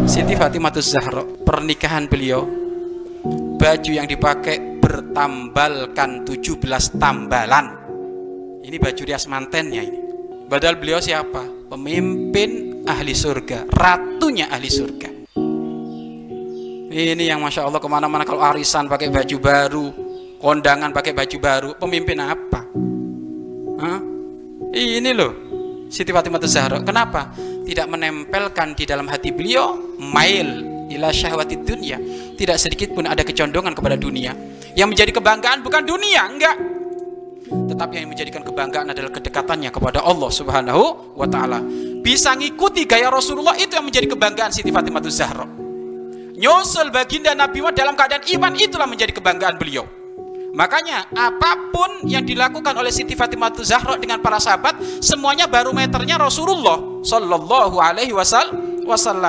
Siti Fatimah Zahra, pernikahan beliau, baju yang dipakai bertambalkan 17 tambalan. Ini baju rias mantennya ini. Padahal beliau siapa? Pemimpin ahli surga, ratunya ahli surga. Ini yang Masya Allah, kemana-mana kalau arisan pakai baju baru, kondangan pakai baju baru. Pemimpin apa? Hah? Ini loh Siti Fatimah Zahra. Kenapa? Tidak menempelkan di dalam hati beliau mail ila syahwatid dunya. Tidak sedikit pun ada kecondongan kepada dunia. Yang menjadi kebanggaan bukan dunia, enggak, tetapi yang menjadikan kebanggaan adalah kedekatannya kepada Allah Subhanahu wa ta'ala. Bisa ngikuti gaya Rasulullah, itu yang menjadi kebanggaan Siti Fatimah Zahra. Nyusul baginda Nabi dalam keadaan iman, itulah menjadi kebanggaan beliau. Makanya apapun yang dilakukan oleh Siti Fatimah Zahra dengan para sahabat, semuanya barometernya Rasulullah Sallallahu Alaihi Wasallam.